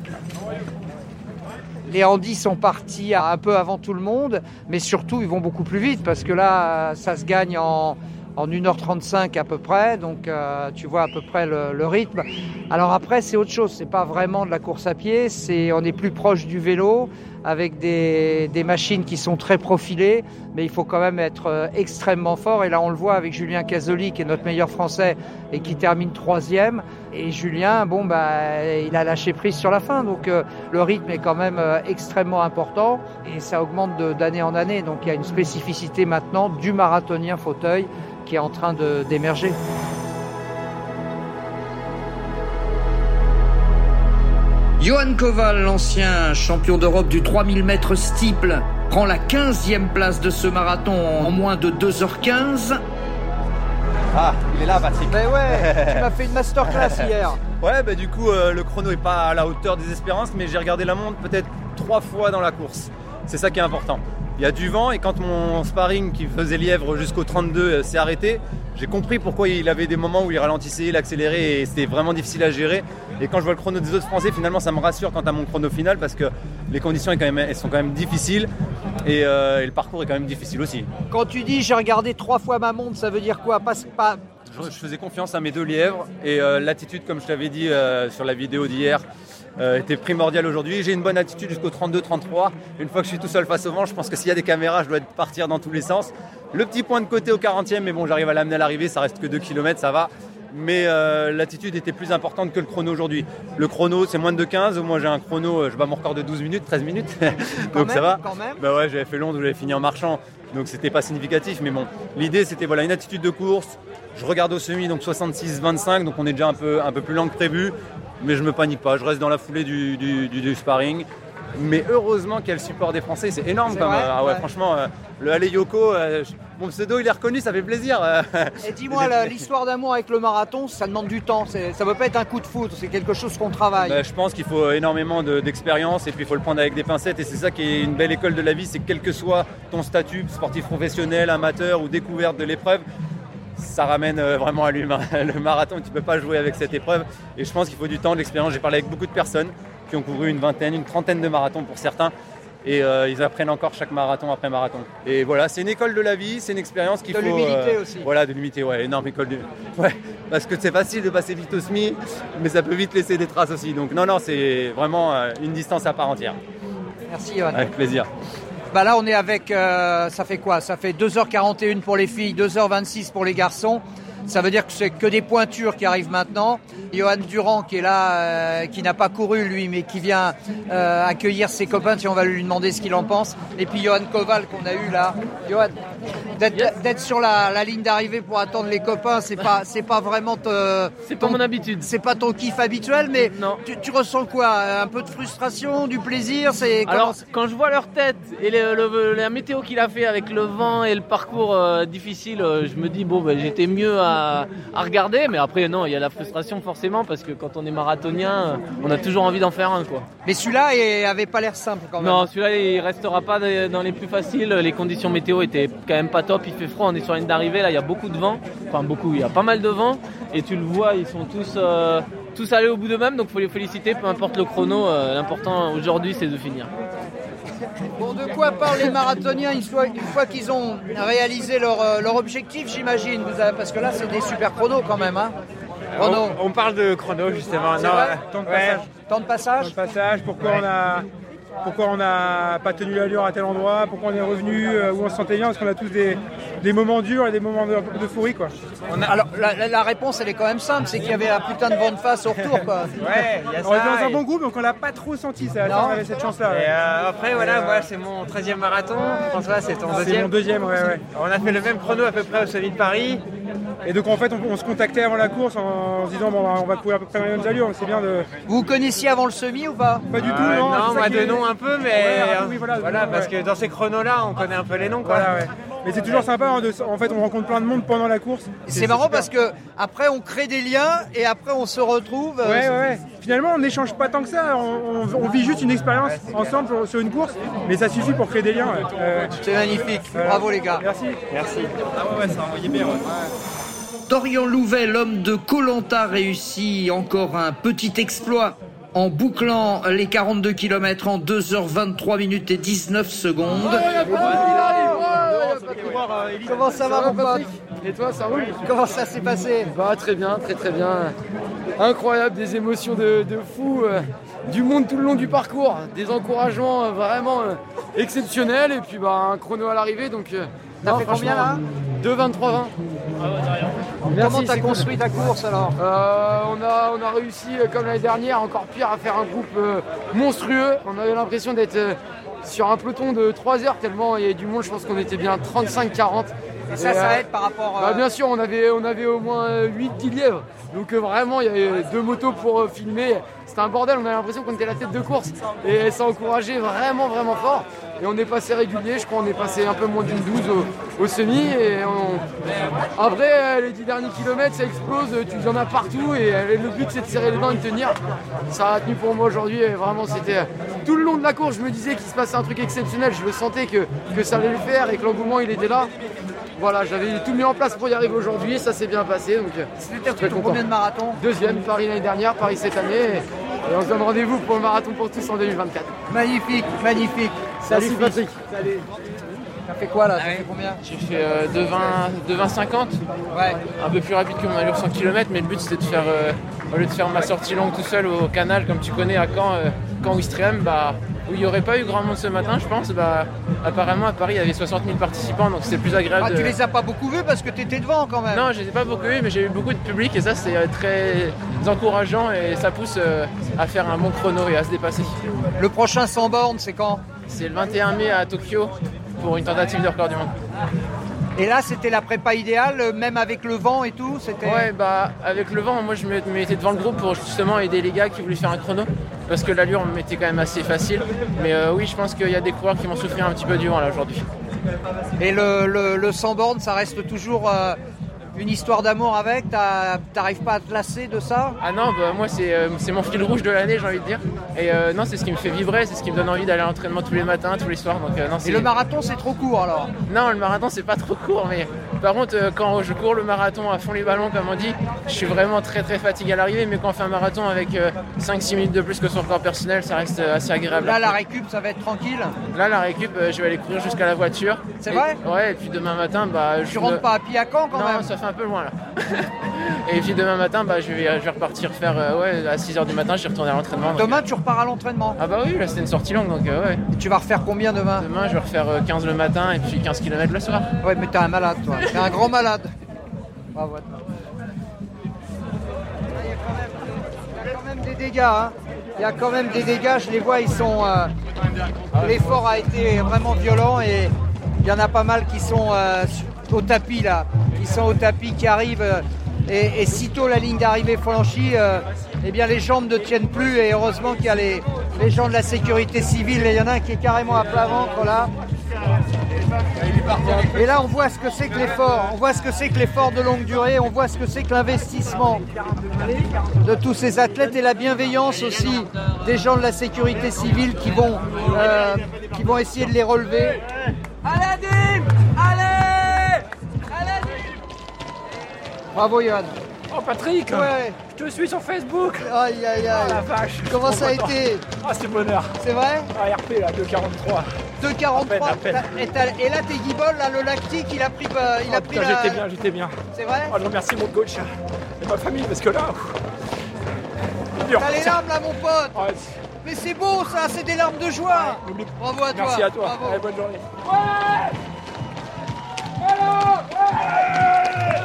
Les handis sont partis un peu avant tout le monde, mais surtout ils vont beaucoup plus vite parce que là ça se gagne en, en une heure trente-cinq à peu près, donc euh, tu vois à peu près le, le rythme. Alors après c'est autre chose, c'est pas vraiment de la course à pied, c'est on est plus proche du vélo avec des, des machines qui sont très profilées, mais il faut quand même être euh, extrêmement fort. Et là on le voit avec Julien Casoli qui est notre meilleur français et qui termine troisième. Et Julien, bon bah il a lâché prise sur la fin, donc euh, le rythme est quand même euh, extrêmement important et ça augmente de- d'année en année. Donc il y a une spécificité maintenant du marathonien fauteuil qui est en train de- d'émerger. Johan Koval, l'ancien champion d'Europe du trois mille mètres steeple, prend la quinzième place de ce marathon en moins de deux heures quinze. Ah, il est là, Patrick. Mais ouais, tu m'as fait une masterclass hier. Ouais, bah du coup, euh, le chrono est pas à la hauteur des espérances, mais j'ai regardé la montre peut-être trois fois dans la course. C'est ça qui est important. Il y a du vent et quand mon sparring qui faisait lièvre jusqu'au trente-deux euh, s'est arrêté, j'ai compris pourquoi il avait des moments où il ralentissait, il accélérait et c'était vraiment difficile à gérer. Et quand je vois le chrono des autres Français, finalement, ça me rassure quant à mon chrono final parce que les conditions est quand même, elles sont quand même difficiles et, euh, et le parcours est quand même difficile aussi. Quand tu dis j'ai regardé trois fois ma montre, ça veut dire quoi? Pas, pas... Je, je faisais confiance à mes deux lièvres et euh, l'attitude, comme je t'avais dit euh, sur la vidéo d'hier, euh, était primordiale aujourd'hui. J'ai une bonne attitude jusqu'au trente-deux trente-trois. Une fois que je suis tout seul face au vent, je pense que s'il y a des caméras, je dois être partir dans tous les sens. Le petit point de côté au quarantième, mais bon, j'arrive à l'amener à l'arrivée, ça reste que deux kilomètres, ça va. Mais euh, l'attitude était plus importante que le chrono aujourd'hui. Le chrono, c'est moins de deux quinze. Moi, j'ai un chrono, euh, je bats mon record de douze minutes, treize minutes. Donc même, ça va. quand même. Bah ouais, j'avais fait Londres où j'avais fini en marchant. Donc c'était pas significatif. Mais bon, l'idée, c'était voilà, une attitude de course. Je regarde au semi, donc soixante-six vingt-cinq. Donc on est déjà un peu, un peu plus lent que prévu. Mais je me panique pas. Je reste dans la foulée du, du, du, du sparring. Mais heureusement qu'il y a le support des Français, c'est énorme C'est quand même. vrai, Ah ouais, ouais. franchement, euh, le Allez Yoko, euh, je- mon pseudo il est reconnu, ça fait plaisir. euh. Et dis-moi, la- l'histoire d'amour avec le marathon, ça demande du temps. C'est- Ça ne peut pas être un coup de foudre, c'est quelque chose qu'on travaille. Bah, je pense qu'il faut énormément de- d'expérience et puis il faut le prendre avec des pincettes. Et c'est ça qui est une belle école de la vie, c'est que quel que soit ton statut, sportif professionnel, amateur ou découverte de l'épreuve, ça ramène euh, vraiment à l'humain. Le marathon, tu ne peux pas jouer avec cette épreuve. Et je pense qu'il faut du temps, de l'expérience. J'ai parlé avec beaucoup de personnes qui ont couru une vingtaine, une trentaine de marathons pour certains. Et euh, ils apprennent encore chaque marathon après marathon. Et voilà, c'est une école de la vie, c'est une expérience qu'il De faut... l'humilité aussi. Voilà, de l'humilité, ouais, énorme école de... Ouais, parce que c'est facile de passer vite au semi, mais ça peut vite laisser des traces aussi. Donc non, non, c'est vraiment euh, une distance à part entière. Merci Johan. Avec plaisir. Bah là, on est avec, euh, ça fait quoi? Ça fait deux heures quarante et une pour les filles, deux heures vingt-six pour les garçons. Ça veut dire que c'est que des pointures qui arrivent maintenant. Johan Durand qui est là, euh, qui n'a pas couru lui, mais qui vient euh, accueillir ses copains, si on va lui demander ce qu'il en pense. Et puis Johan Koval qu'on a eu là. Johan, d'être, yes. d'être sur la, la ligne d'arrivée pour attendre les copains, c'est pas, c'est pas vraiment te, c'est ton, pas mon habitude. C'est pas ton kiff habituel, mais non. Tu, tu ressens quoi? Un peu de frustration, du plaisir? C'est alors c'est... quand je vois leur tête et le, le, la météo qu'il a fait avec le vent et le parcours euh, difficile, euh, je me dis bon ben j'étais mieux à, à regarder, mais après non, il y a la frustration forcément parce que quand on est marathonien, on a toujours envie d'en faire un quoi. Mais celui-là il avait pas l'air simple quand même. Non, celui-là il restera pas dans les plus faciles. Les conditions météo étaient quand même pas top. Il fait froid, on est sur la ligne d'arrivée là, il y a beaucoup de vent, enfin beaucoup, il y a pas mal de vent et tu le vois, ils sont tous euh, tous allés au bout d'eux-mêmes, donc faut les féliciter, peu importe le chrono. Euh, l'important aujourd'hui c'est de finir. Bon, de quoi parlent les marathoniens une fois, une fois qu'ils ont réalisé leur, leur objectif, j'imagine, vous avez, parce que là c'est des super chronos quand même, hein. On, on parle de chrono justement. C'est non, vrai euh, Temps de ouais. passage. Temps de passage. Temps de passage. Pourquoi ouais. on a pourquoi on n'a pas tenu l'allure à tel endroit, pourquoi on est revenu euh, où on se sentait bien, parce qu'on a tous des, des moments durs et des moments de, d'euphorie quoi. On a... Alors la, la, la réponse elle est quand même simple, c'est qu'il y avait un putain de vent de face au retour quoi. Ouais, il y a ça. On était dans un et... bon groupe donc on l'a pas trop senti, ça, ça on avait cette chance là. Ouais. Et euh, après voilà, euh... moi c'est mon treizième marathon, François c'est ton deuxième. C'est mon deuxième, ouais ouais. On a fait le même chrono à peu près au Semi de Paris. Et donc en fait on, on se contactait avant la course en, en se disant bon on va courir à peu près dans les mêmes allures, c'est bien de... Vous connaissiez avant le semi ou pas? Pas du euh, tout non. Non, moi de nom un peu mais ouais, ah, oui, voilà, voilà nom, parce ouais. que dans ces chronos là on connaît un peu les noms quoi. Voilà, ouais. Mais c'est toujours sympa hein, de, en fait on rencontre plein de monde pendant la course. C'est, c'est marrant super. Parce que après on crée des liens et après on se retrouve. Ouais ouais, ouais. Finalement on n'échange pas tant que ça, on, on, on vit juste une expérience ouais, ensemble sur, sur une course, mais ça suffit pour créer des liens. Ouais. Euh, c'est magnifique, voilà. Bravo les gars. Merci. Merci. Ah ouais, ouais ça envoyait bien. Ouais. Dorian Louvet, l'homme de Koh Lanta, réussit encore un petit exploit en bouclant les quarante-deux kilomètres en deux heures vingt-trois minutes et dix-neuf secondes. Comment ça va mon pote? Et toi, ça roule? Comment ça s'est passé? Bah très bien, très très bien. Incroyable, des émotions de, de fou, euh, du monde tout le long du parcours, des encouragements euh, vraiment euh, exceptionnels et puis bah un chrono à l'arrivée donc. Euh, T'as fait combien là? deux vingt-trois vingt. Merci, comment t'as construit cool. Ta course alors? euh, on, a, on a réussi, comme l'année dernière, encore pire, à faire un groupe euh, monstrueux. On avait l'impression d'être euh, sur un peloton de trois heures tellement il y avait du monde, je pense qu'on était bien trente-cinq quarante. Et ça, et ça euh, aide par rapport... Euh... Bah, bien sûr, on avait, on avait au moins huit dix lièvres. Donc euh, vraiment, il y avait deux motos pour euh, filmer. C'était un bordel, on avait l'impression qu'on était la tête de course. Et ça encourageait vraiment, vraiment fort. Et on est passé régulier, je crois qu'on est passé un peu moins d'une douze au, au semi. Et on... Après, les dix derniers kilomètres, ça explose, tu en as partout. Et le but, c'est de serrer les dents et de tenir. Ça a tenu pour moi aujourd'hui. Et vraiment, c'était tout le long de la course, je me disais qu'il se passait un truc exceptionnel. Je le sentais que, que ça allait le faire et que l'engouement, il était là. Voilà, j'avais tout mis en place pour y arriver aujourd'hui, ça s'est bien passé. Donc, c'était très content. Combien de marathons? Deuxième, Paris l'année dernière, Paris cette année. Et, et on se donne rendez-vous pour le marathon pour tous en deux mille vingt-quatre. Magnifique, magnifique. Salut Patrick. Salut. T'as fait quoi là? T'as fait combien? J'ai fait euh, deux vingt cinquante. Ouais. Un peu plus rapide que mon allure cent kilomètres, mais le but c'était de faire, euh, au lieu de faire ma sortie longue tout seul au canal, comme tu connais à Caen, euh, Caen-Ouistreham, bah, où il n'y aurait pas eu grand monde ce matin, je pense, bah, apparemment à Paris il y avait soixante mille participants, donc c'était plus agréable. Ah, de... Tu les as pas beaucoup vus parce que tu étais devant quand même? Non, je les ai pas beaucoup vus, mais j'ai eu beaucoup de public et ça c'est très encourageant et ça pousse euh, à faire un bon chrono et à se dépasser. Le prochain cent bornes, c'est quand? C'est le vingt et un mai à Tokyo pour une tentative de record du monde. Et là, c'était la prépa idéale, même avec le vent et tout, c'était... Ouais, bah avec le vent, moi je me mettais devant le groupe pour justement aider les gars qui voulaient faire un chrono, parce que l'allure me mettait quand même assez facile. Mais euh, oui, je pense qu'il y a des coureurs qui vont souffrir un petit peu du vent là aujourd'hui. Et le, le, le cent bornes, ça reste toujours euh, une histoire d'amour avec? T'as, t'arrives pas à te lasser de ça? Ah non, bah moi c'est, euh, c'est mon fil rouge de l'année, j'ai envie de dire. Et euh, non, c'est ce qui me fait vibrer, c'est ce qui me donne envie d'aller à l'entraînement tous les matins, tous les soirs. Donc, euh, non, c'est... Et le marathon, c'est trop court alors? Non, le marathon, c'est pas trop court, mais par contre, euh, quand je cours le marathon à fond les ballons, comme on dit, je suis vraiment très très fatigué à l'arrivée. Mais quand on fait un marathon avec euh, cinq six minutes de plus que son record personnel, ça reste euh, assez agréable. Là, la récup, ça va être tranquille? Là, la récup, euh, je vais aller courir jusqu'à la voiture. C'est et, vrai? Ouais, et puis demain matin, bah. Tu je rentres me... pas à pied à Caen quand non, même? Non, ça fait un peu loin là. Et puis demain matin, bah, je, vais, je vais repartir faire, euh, ouais, à six heures du matin, je vais retourner à l'entraînement. Donc, demain, euh... tu repars à l'entraînement? Ah bah oui, là c'était une sortie longue, donc euh, ouais. Et tu vas refaire combien demain? Demain, je vais refaire euh, quinze le matin et puis quinze kilomètres le soir. Ouais, mais t'es un malade, toi. T'es un grand malade. Bravo à toi. Il y a quand même, il y a quand même des dégâts. Hein. Il y a quand même des dégâts. Je les vois, ils sont. Euh, l'effort a été vraiment violent et il y en a pas mal qui sont euh, au tapis là. Qui sont au tapis, qui arrivent. Euh, et, et sitôt la ligne d'arrivée franchie, euh, eh bien les jambes ne tiennent plus. Et heureusement qu'il y a les, les gens de la sécurité civile. Il y en a un qui est carrément à plat ventre là. Et là, on voit ce que c'est que l'effort, on voit ce que c'est que l'effort de longue durée, on voit ce que c'est que l'investissement de tous ces athlètes et la bienveillance aussi des gens de la sécurité civile qui vont, euh, qui vont essayer de les relever. Allez, Dim! Allez! Allez! Bravo, Johan. Oh, Patrick! Ouais. Je te suis sur Facebook! Aïe, aïe, aïe! Oh, la vache! Comment ça a été? Ah, c'est bonheur! C'est vrai? Ah, R P là, deux quarante-trois. deux quarante-trois. Et, et là, tes guiboles, là, le lactique, il a pris, euh, il a oh, pris putain, la... J'étais bien, j'étais bien. C'est vrai? Oh, je remercie mon coach et ma famille parce que là... T'as les larmes là, mon pote! Ouais. Mais c'est beau ça, c'est des larmes de joie! Ouais, bravo à toi! Merci à toi! Bravo. Allez, bonne journée! Ouais! Alors, ouais!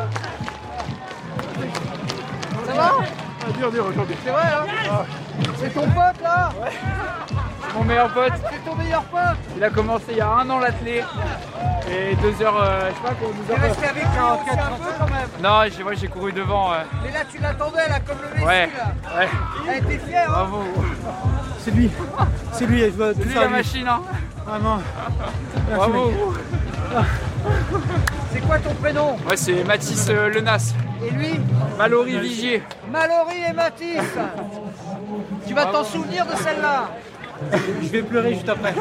Ça va? Ah, dur, dur aujourd'hui. C'est vrai, hein? Ah. C'est ton pote là? Ouais. Mon meilleur pote. C'est ton meilleur pote? Il a commencé il y a un an l'athlé. Et deux heures, euh, je sais pas, quoi, deux heures. Tu es resté avec lui aussi un peu quand même? Non, j'ai ouais, j'ai couru devant. Ouais. Mais là, tu l'attendais là, comme le Messi ouais. là? Ouais. Elle était fière, hein? Bravo. C'est lui. C'est lui, elle va tout C'est lui faire, la lui. machine, hein? Vraiment. Bravo. C'est quoi ton prénom? Ouais, c'est Mathis euh, Lenas. Et lui? Mallory Vigier. Mallory et Mathis. Tu vas t'en souvenir de celle-là? Je vais pleurer juste après.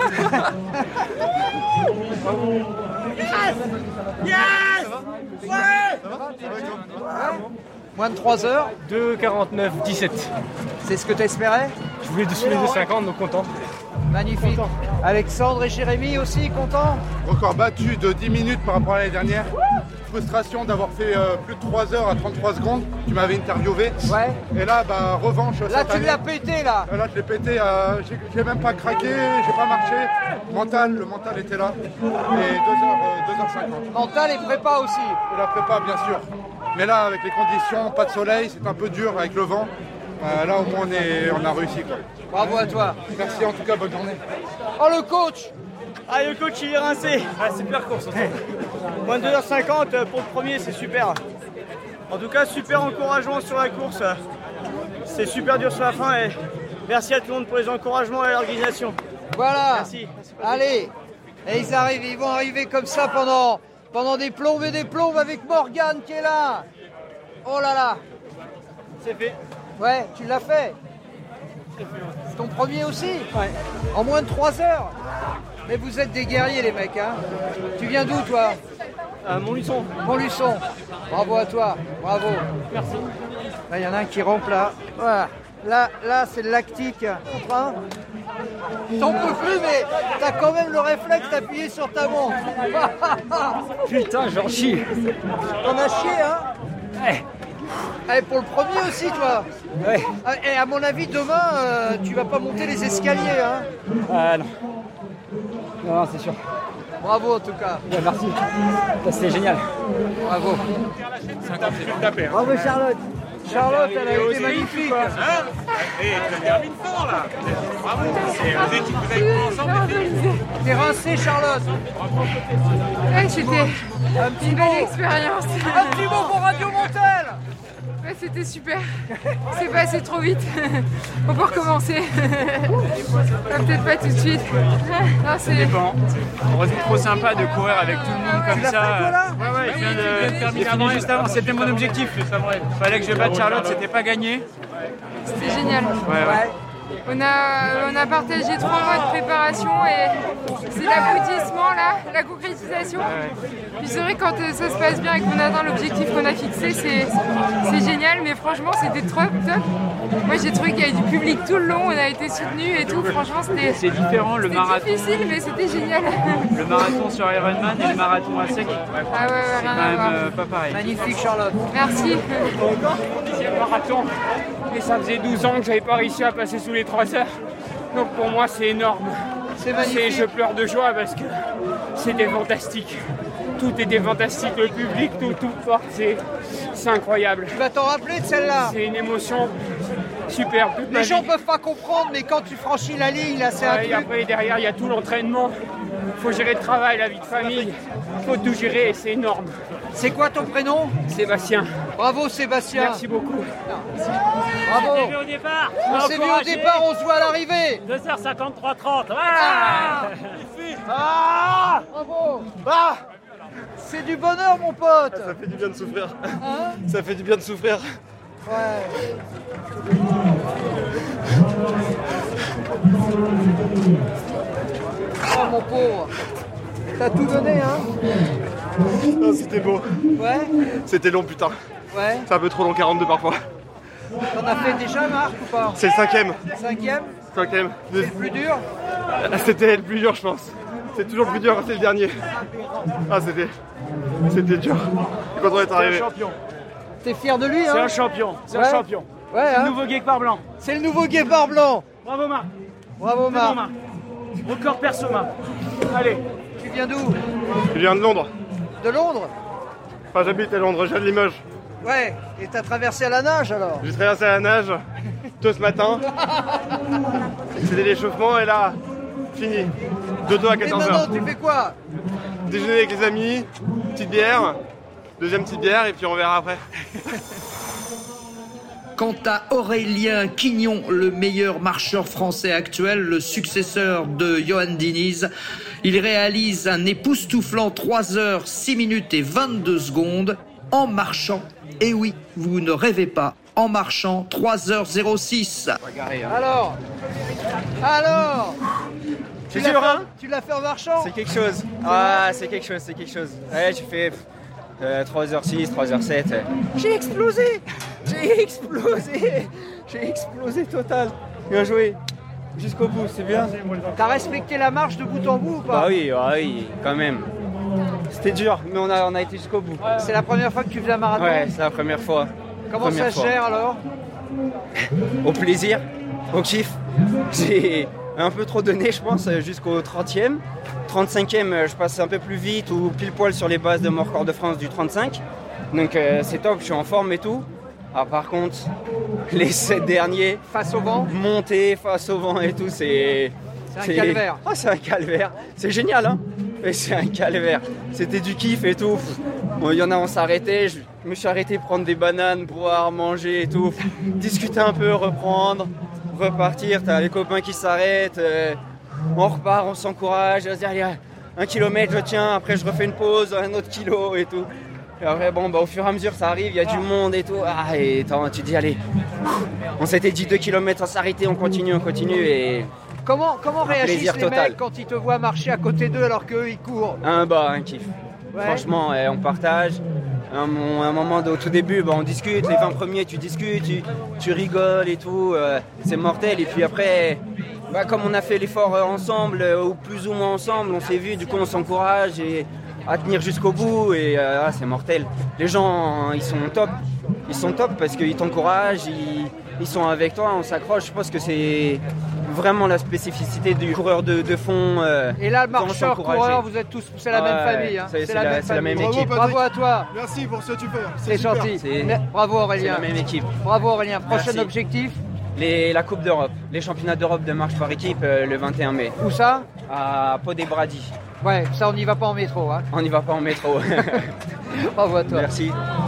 Yes! Yes! Ouais! Moins de trois heures? deux quarante-neuf dix-sept. C'est ce que tu espérais? Je voulais sous les deux cinquante, donc content. Magnifique. Content. Alexandre et Jérémy aussi, contents? Record battu de dix minutes par rapport à l'année dernière. Frustration d'avoir fait euh, plus de trois heures à trente-trois secondes. Tu m'avais interviewé. Ouais. Et là, bah, revanche. Là, tu l'as pété, là. Là, je l'ai pété. Euh, j'ai, j'ai même pas craqué, j'ai pas marché. Mental, le mental était là. Et deux heures cinquante. Mental et prépa aussi. Et la prépa, bien sûr. Mais là, avec les conditions, pas de soleil, c'est un peu dur avec le vent. Euh, là, au moins, on, est, on a réussi, quoi. Bravo à toi. Merci, en tout cas, bonne journée. Oh, le coach! Ah, le coach, il est rincé. Ah, super course. Moins de deux heures cinquante pour le premier, c'est super. En tout cas, super encouragement sur la course. C'est super dur sur la fin et merci à tout le monde pour les encouragements et l'organisation. Voilà. Merci. Allez. Et ils arrivent, ils vont arriver comme ça pendant, pendant des plombes et des plombes avec Morgane qui est là. Oh là là. C'est fait. Ouais, tu l'as fait. C'est ton premier aussi? Ouais. En moins de trois heures? Mais vous êtes des guerriers les mecs, hein? Tu viens d'où toi? euh, Montluçon. Montluçon. Bravo à toi, bravo. Merci. Là, il y en a un qui rampe là. Voilà. Là, là c'est le lactique. Hein? T'en peux plus, mais t'as quand même le réflexe d'appuyer sur ta montre. Putain, j'en chie. T'en as chié, hein? Ouais. Allez, pour le premier aussi, toi. Ouais. Et à mon avis, demain, euh, tu vas pas monter les escaliers, hein? Ah non. Non, non, c'est sûr. Bravo en tout cas. Ouais, merci. C'était génial. Bravo. Bravo Charlotte. Charlotte, elle a été magnifique. Et tu termines fort là. Bravo. C'est vous équipes, vous avez couru ensemble. T'es rincée Charlotte. Ouais, c'était un petit une mot. belle expérience. Un petit mot pour Radio Montel. Ouais, c'était super. C'est passé trop vite. On peut recommencer. Ah, peut-être pas tout de suite. Non, Ça dépend. C'est trop sympa de courir avec tout le monde comme Tu l'as ça. fait, toi, là? Ouais, ouais, je viens de j'ai fini juste avant. C'était mon objectif. Fallait que je batte Charlotte, c'était pas gagné. C'était génial. Ouais, ouais. On a, on a partagé trois mois de préparation et c'est l'aboutissement là, la concrétisation. Puis c'est vrai quand ça se passe bien et qu'on atteint l'objectif qu'on a fixé, c'est, c'est génial, mais franchement c'était trop top. Moi j'ai trouvé qu'il y avait du public tout le long, on a été soutenus et tout, franchement c'était, C'est différent, le c'était marathon. difficile mais c'était génial. Le marathon sur Ironman et le marathon à sec. Ah ouais, ouais, C'est rien quand à même voir. euh, pas pareil. Magnifique Charlotte. Merci. Dixième marathon. Et ça faisait douze ans que j'avais pas réussi à passer sous les trois heures. Donc pour moi c'est énorme. C'est magnifique. Je pleure de joie parce que c'était fantastique. tout était fantastique, le public, tout, tout porte, c'est, c'est incroyable. Tu vas t'en rappeler de celle-là? C'est une émotion superbe. Toute Les gens ne peuvent pas comprendre, mais quand tu franchis la ligne, là, c'est ouais, un truc. Et après, derrière, il y a tout l'entraînement. Il faut gérer le travail, la vie de famille. Il faut tout gérer et c'est énorme. C'est quoi ton prénom? Sébastien. Bravo Sébastien. Merci beaucoup. Bravo. On s'est vu au départ. On s'est vu au départ, on se voit à l'arrivée. deux heures cinquante-trois trente. Ah, ah Bravo. Ah, c'est du bonheur mon pote. Ça fait du bien de souffrir. Hein? Ça fait du bien de souffrir. Ouais. Oh mon pauvre. T'as tout donné hein? Non, c'était beau. Ouais. C'était long putain. Ouais. C'est un peu trop long, quarante-deux parfois. T'en as fait déjà Marc ou pas? C'est le cinquième. Cinquième? Cinquième. C'est le plus dur? C'était le plus dur je pense. C'est toujours le plus dur, c'est le dernier. Ah c'était. C'était dur. Quand on est arrivé. C'est un champion. T'es fier de lui hein? C'est un champion. C'est ouais. un champion. Ouais, c'est hein? le nouveau guépard blanc. C'est le nouveau guépard blanc. Bravo Marc. Bravo Marc. Marc. Record perso Marc. Allez. Tu viens d'où? Je viens de Londres. De Londres? Enfin j'habite à Londres, je viens de Limoges. Ouais, et t'as traversé à la nage alors? J'ai traversé à la nage tôt ce matin. C'était l'échauffement et là, fini. Dodo à quatorze heures. Et maintenant tu fais quoi? Déjeuner avec les amis, petite bière, deuxième petite bière et puis on verra après. Quant à Aurélien Quignon, le meilleur marcheur français actuel, le successeur de Johan Diniz, il réalise un époustouflant trois heures six minutes et vingt-deux secondes en marchant. Et oui, vous ne rêvez pas, en marchant trois heures zéro six. Alors Alors C'est dur hein? Tu l'as fait en marchant? C'est quelque chose. Ah c'est quelque chose, c'est quelque chose. Ouais j'ai fait euh, trois heures six, trois heures sept. J'ai explosé! J'ai explosé! J'ai explosé total. Bien joué. Jusqu'au bout, c'est bien. T'as respecté la marche de bout en bout ou pas? Bah oui, bah oui, quand même. C'était dur, mais on a, on a été jusqu'au bout. C'est la première fois que tu fais un marathon? Ouais, c'est la première fois. Comment première ça se fois. gère alors? Au plaisir, au kiff. J'ai un peu trop donné, je pense, jusqu'au trentième. trente-cinquième, je passe un peu plus vite ou pile poil sur les bases de mon record de France du trente-cinq. Donc euh, c'est top, je suis en forme et tout. Ah, par contre, les sept derniers, face au vent, monter face au vent et tout, c'est... C'est un calvaire. Oh, c'est un calvaire. C'est génial, hein. Mais c'est un calvaire. C'était du kiff et tout. Bon, il y en a, on s'arrêtait. Je me suis arrêté prendre des bananes, boire, manger et tout. Discuter un peu, reprendre, repartir. T'as les copains qui s'arrêtent. Euh, on repart, on s'encourage. On se dit, allez, un kilomètre, je tiens. Après, je refais une pause, un autre kilo et tout. Et après, bon, bah, au fur et à mesure, ça arrive, il y a du monde et tout. Ah, et tu te dis, allez, on s'était dit deux kilomètres sans s'arrêter, on continue, on continue. Et comment, comment réagissent les total. mecs quand ils te voient marcher à côté d'eux alors qu'eux, ils courent? Un bah, un kiff. Ouais. Franchement, eh, on partage. Un, un moment au tout début, bah, on discute. Les vingt premiers, tu discutes, tu, tu rigoles et tout. Euh, c'est mortel. Et puis après, bah, comme on a fait l'effort euh, ensemble, euh, ou plus ou moins ensemble, on s'est vu, du coup, on s'encourage. Et à tenir jusqu'au bout et euh, ah, c'est mortel. Les gens, ils sont top. Ils sont top parce qu'ils t'encouragent, ils, ils sont avec toi, on s'accroche. Je pense que c'est vraiment la spécificité du coureur de, de fond. Euh, et là, le marcheur, coureur, vous êtes tous, c'est la ouais, même famille. Hein. C'est, c'est, la, la, même c'est la même Bravo, équipe. Bravo à toi. Merci pour ce que tu fais. C'est, c'est gentil. C'est, Bravo Aurélien. C'est la même équipe. Bravo Aurélien. Prochain Merci. objectif? Les, la Coupe d'Europe, les championnats d'Europe de marche par équipe euh, le vingt et un mai. Où ça? À Pau-des-Bradis. Ouais, ça on n'y va pas en métro. Hein. On n'y va pas en métro. Bravo à toi. Merci.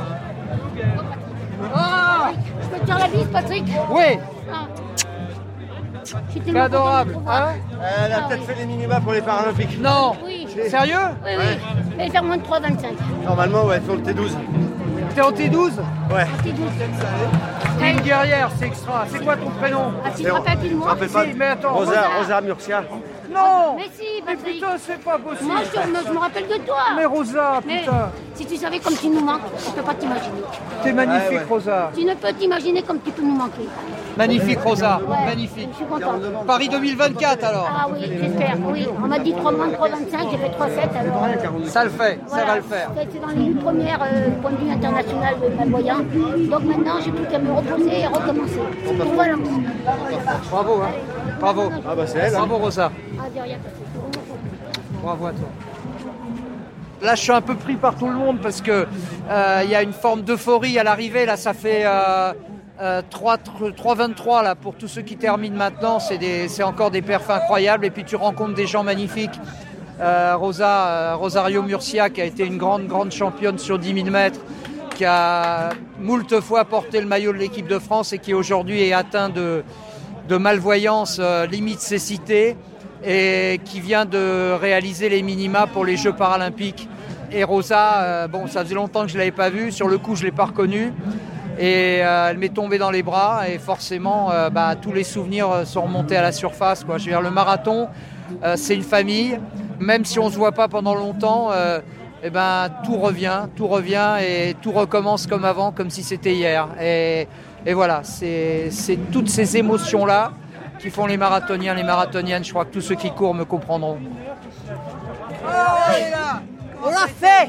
Oh, je peux te dire la bise, Patrick? Oui. Ah. C'est adorable. Hein? Elle a peut-être fait les minima pour les Paralympiques. Non. Oui. Sérieux? Oui, oui. Ouais. Elle va faire moins de trois vingt-cinq. Normalement, ouais, sur le T douze. T'es en T douze? Ouais. En T douze. T'es une guerrière, c'est extra. C'est quoi ton prénom? Ah, tu te rappelles plus de moi? Si, mais attends. Rosa, Rosa Murcia. Non. Mais si, mais Patrick. putain, c'est pas possible. Moi, je, me, je me rappelle de toi. Mais Rosa, mais putain. Si tu savais comme tu nous manques, je peux pas t'imaginer. T'es magnifique, ouais, ouais. Rosa. Tu ne peux t'imaginer comme tu peux nous manquer. Magnifique, Rosa. Ouais, magnifique. Je suis contente. Paris deux mille vingt-quatre, alors. Ah oui, j'espère, oui. On m'a dit trois moins de trois vingt-cinq, j'ai fait trois sept, alors... Euh, ça le fait, voilà. Ça va le faire. C'est dans les huit premières euh, point de vue international de malvoyant. Donc maintenant, j'ai plus qu'à me reposer et recommencer. Pour Valence. Bravo, hein. Bravo. Ah bah c'est elle. Bravo, hein. Rosa. Ah, de rien. Bravo à toi. là, je suis un peu pris par tout le monde parce que euh, il y a une forme d'euphorie à l'arrivée. Là, ça fait euh, euh, trois vingt-trois là pour tous ceux qui terminent maintenant. C'est, des, c'est encore des perfs incroyables. Et puis tu rencontres des gens magnifiques. Euh, Rosa, euh, Rosario Murcia, qui a été une grande, grande championne sur dix mille mètres, qui a moult fois porté le maillot de l'équipe de France et qui aujourd'hui est atteint de, de malvoyance euh, limite cécité et qui vient de réaliser les minima pour les Jeux paralympiques. Et Rosa, euh, bon, ça faisait longtemps que je ne l'avais pas vue, sur le coup je ne l'ai pas reconnue et euh, elle m'est tombée dans les bras et forcément euh, bah, tous les souvenirs sont remontés à la surface, quoi. Je veux dire, le marathon, euh, c'est une famille, même si on ne se voit pas pendant longtemps, euh, eh ben, tout revient, tout revient et tout recommence comme avant, comme si c'était hier. Et, et voilà, c'est, c'est toutes ces émotions-là qui font les marathoniens, les marathoniennes. Je crois que tous ceux qui courent me comprendront. Oh, là, on l'a fait.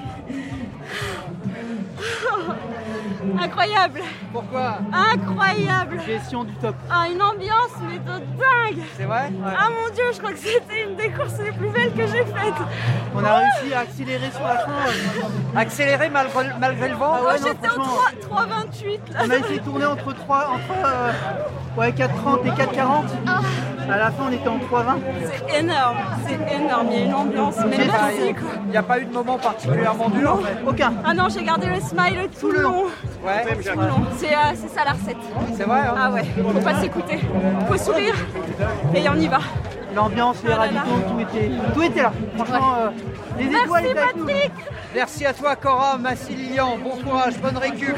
Incroyable. Pourquoi? Incroyable. Gestion du top. Ah, une ambiance mais de dingue. C'est vrai? Ouais. Ah mon Dieu, je crois que c'était une des courses les plus belles que j'ai faites. On a réussi à accélérer sur la fin. Accélérer malgré, malgré le vent? Ah ouais, oh, j'étais au trois vingt-huit. On a essayé de tourner entre, trois, entre euh, ouais, quatre trente et quatre quarante. Ah. À la fin, on était en trois vingt. C'est énorme, c'est énorme. Il y a une ambiance. Mais merci, quoi. Il n'y a pas eu de moment particulièrement dur, en fait? Aucun. Ah non, j'ai gardé le smile tout, tout le long. Ouais. Tout le long. C'est, euh, c'est ça la recette. C'est vrai, hein? Ah ouais, faut pas s'écouter. Faut sourire et on y va. L'ambiance, les ravitons, tout était, tout était là. Franchement, ouais. euh, les étoiles merci étaient avec nous. Patrick. Merci à toi, Cora, Massi Lilian. Bon courage, bonne récup.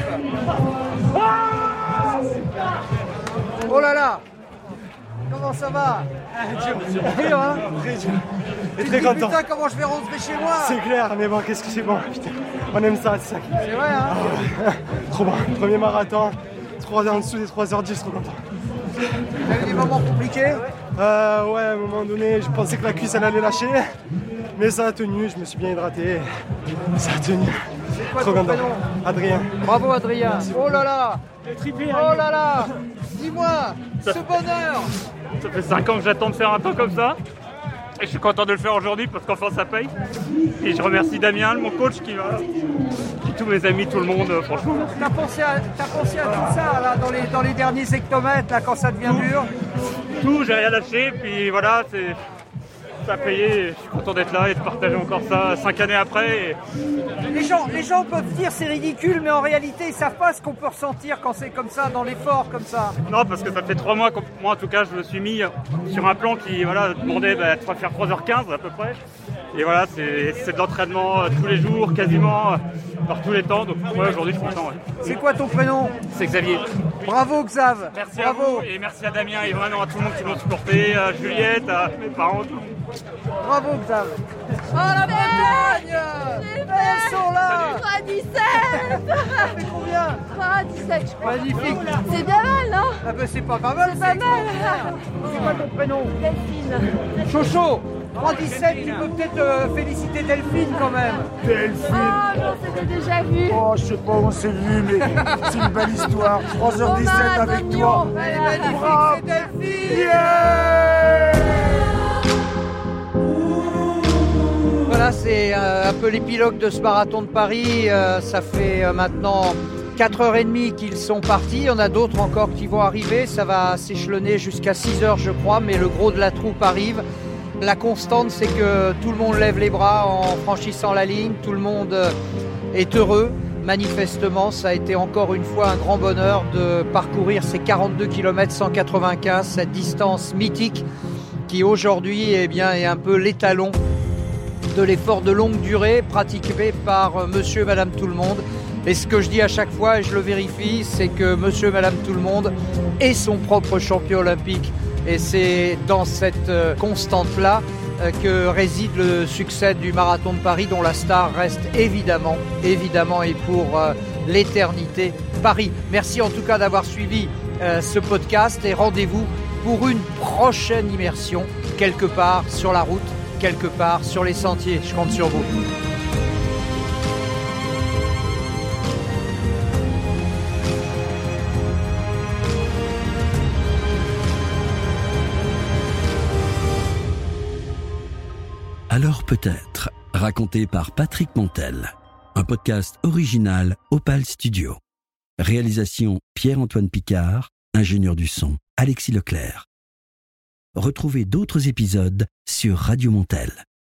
Oh là là! Comment ça va? Dur, hein? Très dur. Et très content. Putain, comment je vais rentrer chez moi? C'est clair, mais bon, qu'est-ce que c'est bon, putain. On aime ça, c'est ça. C'est vrai, hein? Oh, trop bon. Premier marathon, trois heures en dessous des trois heures dix, trop content. Vous avez des moments compliqués? Euh, ouais, à un moment donné, je pensais que la cuisse elle allait lâcher, mais ça a tenu, je me suis bien hydraté. Ça a tenu. C'est quoi trop ton content. prénom? Adrien. Bravo, Adrien. Merci. Oh là là! Oh là là! Dis-moi, ça ce bonheur! Ça fait cinq ans que j'attends de faire un temps comme ça. Et je suis content de le faire aujourd'hui parce qu'enfin ça paye. Et je remercie Damien, mon coach, qui va, et tous mes amis, tout le monde, franchement. T'as pensé à, t'as pensé à tout ça là, dans les, dans les derniers hectomètres, là, quand ça devient tout, dur? Tout, j'ai rien lâché. Puis voilà, c'est, ça a payé. Et je suis content d'être là et de partager encore ça cinq années après. Et... Les gens, les gens peuvent dire c'est ridicule, mais en réalité, ils savent pas ce qu'on peut ressentir quand c'est comme ça, dans l'effort comme ça. Non, parce que ça fait trois mois que moi, en tout cas, je me suis mis sur un plan qui voilà, demandait bah, de faire trois heures quinze à peu près. Et voilà, c'est, c'est de l'entraînement euh, tous les jours, quasiment, euh, par tous les temps. Donc ouais, aujourd'hui, je suis content. Ouais. C'est quoi ton prénom? C'est Xavier. Bravo Xav. Merci Bravo. à vous et merci à Damien et vraiment à tout le monde qui m'ont supporté, à Juliette, à mes parents. Bravo Xav. Oh la Bretagne! Elles sont là! trois dix-sept. Ça fait combien? trois dix-sept, je crois. Magnifique. C'est bien mal, non? Ah ben c'est pas, pas mal. C'est pas mal. C'est quoi ton prénom? Delphine. Chocho. trois dix-sept, tu peux peut-être euh, féliciter Delphine quand même. Delphine. Oh, mais on s'était déjà vu. Oh, je sais pas où on s'est vu, mais c'est une belle histoire. trois heures dix-sept avec toi. Elle est magnifique, c'est Delphine. Yeah. Voilà, c'est euh, un peu l'épilogue de ce marathon de Paris. Euh, ça fait euh, maintenant quatre heures trente qu'ils sont partis. Il y en a d'autres encore qui vont arriver. Ça va s'échelonner jusqu'à six heures, je crois, mais le gros de la troupe arrive. La constante, c'est que tout le monde lève les bras en franchissant la ligne. Tout le monde est heureux. Manifestement, ça a été encore une fois un grand bonheur de parcourir ces quarante-deux kilomètres cent quatre-vingt-quinze, cette distance mythique qui aujourd'hui eh bien, est un peu l'étalon de l'effort de longue durée pratiqué par monsieur et madame tout le monde. Et ce que je dis à chaque fois, et je le vérifie, c'est que monsieur et madame tout le monde est son propre champion olympique. Et c'est dans cette constante-là que réside le succès du Marathon de Paris, dont la star reste évidemment, évidemment et pour l'éternité, Paris. Merci en tout cas d'avoir suivi ce podcast et rendez-vous pour une prochaine immersion, quelque part sur la route, quelque part sur les sentiers. Je compte sur vous. Alors peut-être raconté par Patrick Montel. Un podcast original Opal Studio. Réalisation Pierre-Antoine Picard, ingénieur du son Alexis Leclerc. Retrouvez d'autres épisodes sur Radio Montel.